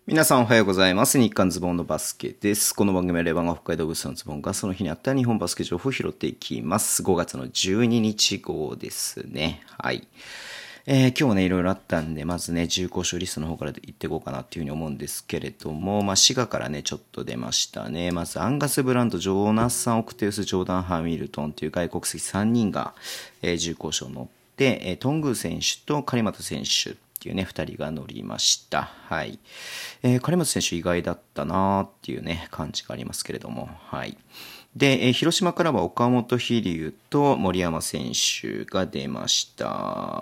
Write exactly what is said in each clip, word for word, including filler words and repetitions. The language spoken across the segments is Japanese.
皆さんおはようございます。日刊ズボンのバスケです。この番組はレバンが北海道物産ズボンがその日にあった日本バスケ情報を拾っていきます。ごがつのじゅうににち号ですね。はい。えー、今日もね、いろいろあったんで、まずね、重厚賞リストの方から言っていこうかなっていうふうに思うんですけれども、まあ、滋賀からね、ちょっと出ましたね。まず、アンガス・ブランド、ジョーナサン・オクテウス、ジョーダン・ハミルトンという外国籍さんにんが、えー、重厚賞乗って、えー、トングー選手とカリマト選手、っていうね、二人が乗りました。はい。えー、金松選手意外だったなーっていうね、感じがありますけれども、はい。で、えー、広島からは岡本飛龍と森山選手が出ました。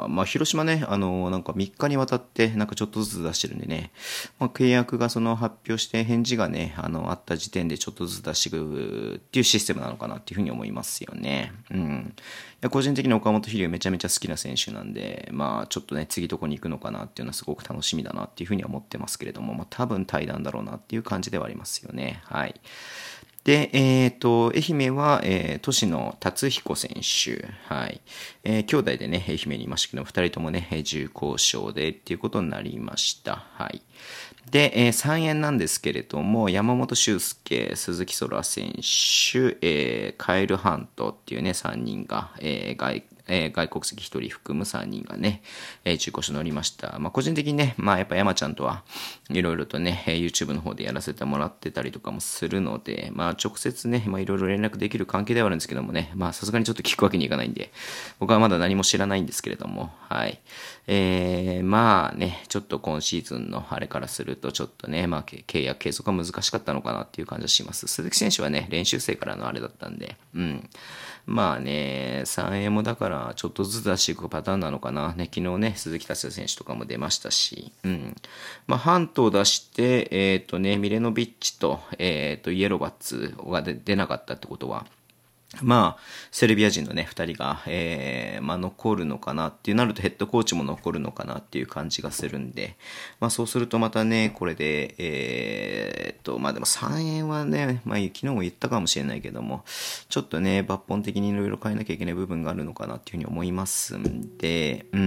まあ、広島ね、あのー、なんかみっかにわたって、なんかちょっとずつ出してるんでね、まあ、契約がその発表して返事がね、あの、あった時点でちょっとずつ出していくっていうシステムなのかなっていうふうに思いますよね。うん。いや個人的に岡本飛龍めちゃめちゃ好きな選手なんで、まあちょっとね、次どこに行くのかなっていうのはすごく楽しみだなっていうふうには思ってますけれども、まあ多分対談だろうなっていう感じではありますよね。はい。で、えっ、ー、と、愛媛は、えー、都市の達彦選手。はい。えー、兄弟でね、愛媛にいましたけど、二人ともね、重厚賞でっていうことになりました。はい。で、えー、三円なんですけれども、山本修介、鈴木空選手、えー、カエルハントっていうね、さんにんが、えー、外、えー、外国籍ひとり含むさんにんがね、えー、中古車乗りました。まあ、個人的にね、まあ、やっぱ山ちゃんとはいろいろとね、YouTube の方でやらせてもらってたりとかもするので、まあ、直接ね、まあ、いろいろ連絡できる関係ではあるんですけどもね、まあ、さすがにちょっと聞くわけにいかないんで、僕はまだ何も知らないんですけれども、はい。えー、まあね、ちょっと今シーズンのあれからすると、ちょっとね、まあ、契約継続が難しかったのかなっていう感じがします。鈴木選手はね、練習生からのあれだったんで、うん。まあね、さんエー もだからちょっとずつ出していくパターンなのかな。ね、昨日ね、鈴木達也選手とかも出ましたし、うん。まあ、半島出して、えっ、ー、とね、ミレノビッチと、えっ、ー、と、イエロバッツが出なかったってことは、まあ、セルビア人のね、二人が、えー、まあ、残るのかなっていうなるとヘッドコーチも残るのかなっていう感じがするんで、まあ、そうするとまたね、これで、えー、っと、まあ、でもさんえんはね、まあ、昨日も言ったかもしれないけども、ちょっとね、抜本的にいろいろ変えなきゃいけない部分があるのかなっていうふうに思いますんで、うん、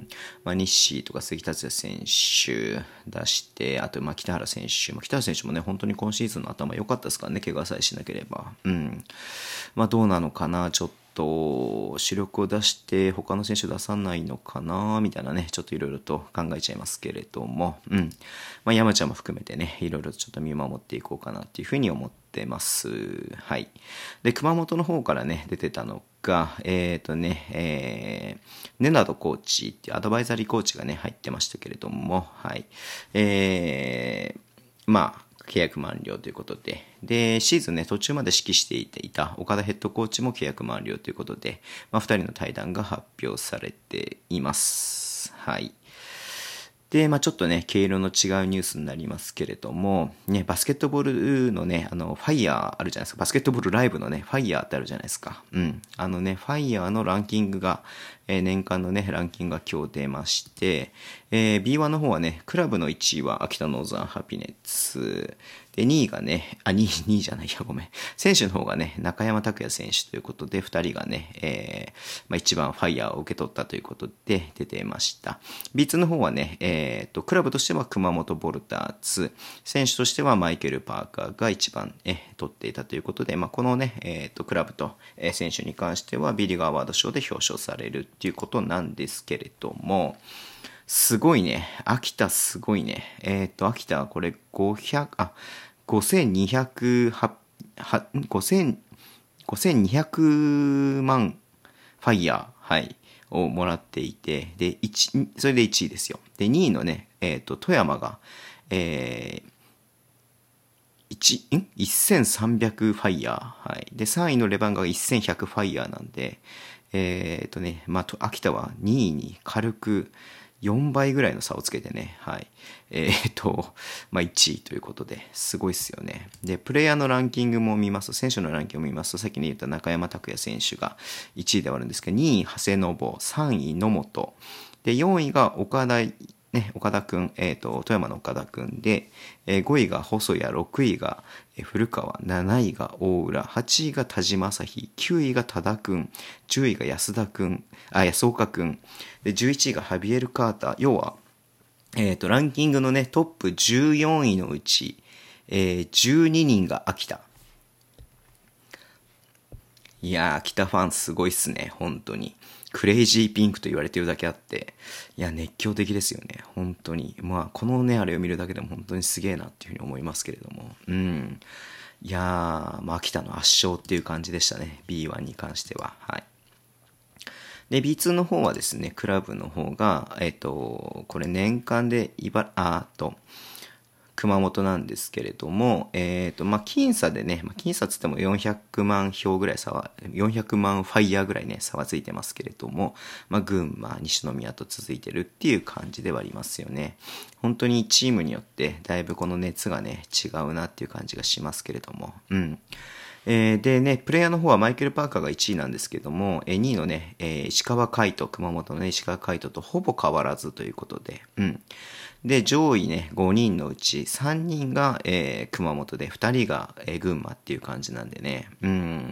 まあ、日誌とか鈴木達也選手出して、あと、まあ、北原選手、まあ、北原選手もね、本当に今シーズンの頭良かったですからね、怪我さえしなければ、うん。まあ、どうなのかな、ちょっと主力を出して他の選手出さないのかなみたいなね、ちょっといろいろと考えちゃいますけれども、うん。まあ、山ちゃんも含めてね、いろいろちょっと見守っていこうかなっていうふうに思ってます。はい。で、熊本の方からね、出てたのが、えっ、ー、とね、えー、ネナドコーチっていうアドバイザリーコーチがね、入ってましたけれども、はい。えー、まあ、契約満了ということで、で、シーズンね、途中まで指揮していた岡田ヘッドコーチも契約満了ということで、まあ、二人の対談が発表されています。はい。で、まあちょっとね、毛色の違うニュースになりますけれども、ね、バスケットボールのね、あの、ファイヤーあるじゃないですか。バスケットボールライブのね、ファイヤーってあるじゃないですか。うん。あのね、ファイヤーのランキングが、えー、年間のね、ランキングが今日出まして、えー、ビーワン の方はね、クラブのいちいは秋田ノーザンハピネッツ。で、にいがね、あ、にい、にいじゃないや、ごめん。選手の方がね、中山拓也選手ということで、ふたりがね、えー、まあ一番ファイヤーを受け取ったということで出てました。ビーツー の方はね、えー、と、クラブとしては熊本ボルターズ、選手としてはマイケル・パーカーが一番、え取っていたということで、まあこのね、えー、と、クラブと、えー、選手に関してはビリガーアワード賞で表彰されるっていうことなんですけれども、すごいね。秋田すごいね。えっ、ー、と、秋田はこれごひゃく、あ、ごせんにひゃく、は、は、ごせん、ごせんにひゃくまんファイヤー、はい、をもらっていて、で、いち、それでいちいですよ。で、にいのね、えっ、ー、と、富山が、えー、1、ん ?せんさんびゃく ファイヤー。はい。で、さんいのレバンガがせんひゃくファイヤーなんで、えっ、ー、とね、まあ、秋田はにいに軽く、よんばいぐらいの差をつけてね、はい。えー、っと、まあ、いちいということで、すごいっすよね。で、プレイヤーのランキングも見ますと、選手のランキングも見ますと、さっきに言った中山拓也選手がいちいではあるんですけど、にい、長谷信、さんい、野本、で、よんいが岡田、ね、岡田くん、えっ、ー、と、富山の岡田くんで、えー、ごいが細谷、ろくいが古川、なないが大浦、はちいが田島朝日、きゅういが多田くん、じゅういが安田くん、あ、安岡くん、で、じゅういちいがハビエル・カーター、要は、 えっと、ランキングのね、トップじゅうよんいのうち、えー、じゅうににんが秋田。いやー、秋田ファンすごいっすね、本当に。クレイジーピンクと言われてるだけあって、いや、熱狂的ですよね、本当に。まあ、このね、あれを見るだけでも本当にすげえなっていうふうに思いますけれども。うん。いやー、まあ、秋田の圧勝っていう感じでしたね、ビーワン に関しては。はい。で、ビーツー の方はですね、クラブの方が、えっと、これ年間で、いば、あーと、熊本なんですけれども、えっと、まあ、僅差でね、まあ、僅差つってもよんひゃくまん票ぐらい差は、よんひゃくまんファイヤーぐらいね、差はついてますけれども、まあ、群馬、西宮と続いてるっていう感じではありますよね。本当にチームによって、だいぶこの熱がね、違うなっていう感じがしますけれども、うん。えー、でね、プレイヤーの方はマイケル・パーカーがいちいなんですけども、えー、にいのね、えー、石川海人、熊本のね、石川海人とほぼ変わらずということで、うん。で、上位ね、ごにんのうちさんにんが、えー、熊本で、ふたりが、えー、群馬っていう感じなんでね、うん。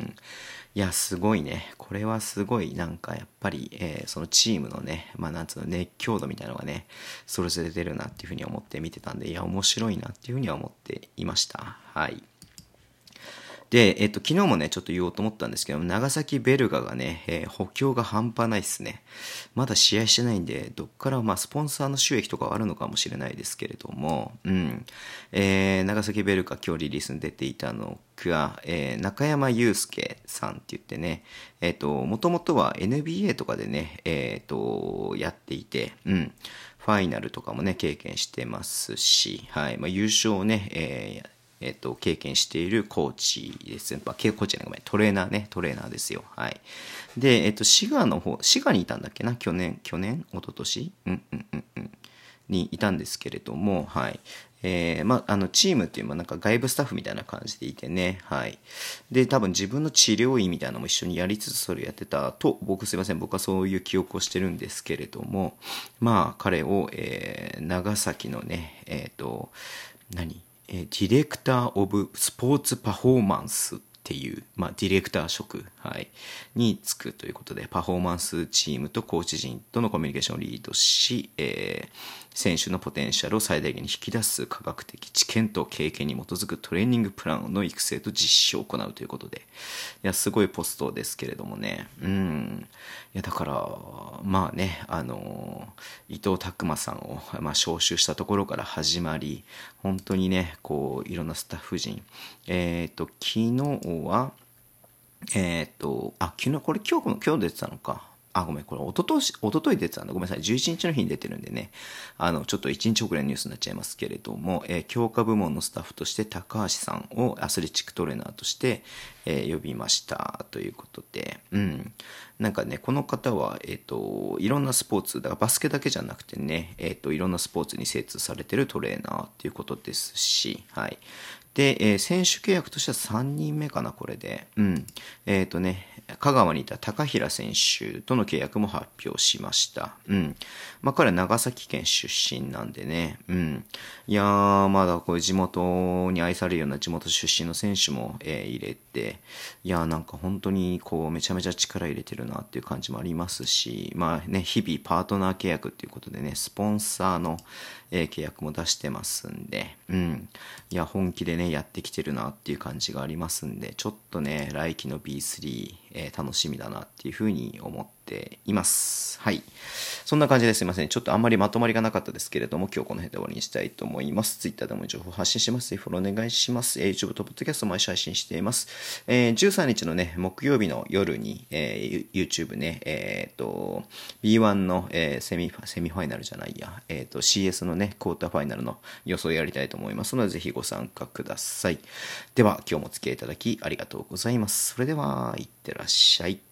いや、すごいね。これはすごい、なんかやっぱり、えー、そのチームのね、まあなんつうの、熱狂度みたいなのがね、それぞれ出るなっていうふうに思って見てたんで、いや、面白いなっていうふうには思っていました。はい。で、えっと、昨日もね、ちょっと言おうと思ったんですけど、長崎ベルガがね、えー補強が半端ないっすね。まだ試合してないんで、どっから、まあ、スポンサーの収益とかはあるのかもしれないですけれども、うん。えー長崎ベルガ今日リリースに出ていたのが、えー中山祐介さんって言ってね、えっと、もともとは エヌビーエー とかでね、えっと、やっていて、うん。ファイナルとかもね、経験してますし、はい。まあ、優勝をね、えーえっと、経験しているコーチですね。まあ、コーチじゃない、ごめん、トレーナーね、トレーナーですよ。はい。で、えっと、滋賀の方、滋賀にいたんだっけな、去年、去年一昨年うんうんうんうん。にいたんですけれども、はい。えー、まあ、あの、チームっていうのはなんか外部スタッフみたいな感じでいてね、はい。で、多分自分の治療院みたいなのも一緒にやりつつそれやってたと、僕すいません、僕はそういう記憶をしてるんですけれども、まあ、彼を、えー、長崎のね、えっと、何えーディレクター・オブ・スポーツ・パフォーマンスっていう、まあ、ディレクター職、はい、に就くということで、パフォーマンスチームとコーチ陣とのコミュニケーションをリードし、えー選手のポテンシャルを最大限に引き出す科学的知見と経験に基づくトレーニングプランの育成と実施を行うということで、いや、すごいポストですけれどもね、うん。いや、だから、まあね、あの、伊藤拓磨さんを、まあ、招集したところから始まり、本当にね、こう、いろんなスタッフ陣、えっと、昨日は、えっと、あ、昨日、これ今日、今日出てたのか。あ、ごめん、これ、おととし、おととい出てたんだ。ごめんなさい。じゅういちにちの日に出てるんでね。あの、ちょっといちにち遅れのニュースになっちゃいますけれども、えー強化部門のスタッフとして高橋さんをアスレチックトレーナーとして、えー呼びましたということで、うん。なんかね、この方は、えっ、と、いろんなスポーツ、だからバスケだけじゃなくてね、えっ、と、いろんなスポーツに精通されてるトレーナーっていうことですし、はい。で、えー選手契約としてはさんにんめかな、これで。うん。えっ、とね、香川にいた高平選手との契約も発表しました。うん。まあ、彼は長崎県出身なんでね。うん。いやー、まだこういう地元に愛されるような地元出身の選手も、えー入れて、いやーなんか本当にこうめちゃめちゃ力入れてるなっていう感じもありますし、まあね、日々パートナー契約っていうことでね、スポンサーの、えー契約も出してますんで、うん。いや、本気でね、やってきてるなっていう感じがありますんで、ちょっとね、来季の ビースリー、えー楽しみだなっていうふうに思っています。はい。そんな感じですいません。ちょっとあんまりまとまりがなかったですけれども、今日この辺で終わりにしたいと思います。Twitter でも情報発信します。ぜひフォローお願いします。えー YouTube と Podcast 毎週配信しています。えーじゅうさんにちのね、木曜日の夜に、えー YouTube ね、えーと、ビーワン の、えーセミ、セミファイナルじゃないや、えーと、シーエス のね、クォーターファイナルの予想をやりたいと思いますので、ぜひご参加ください。では、今日もお付き合いいただきありがとうございます。それでは、いってらっしゃい。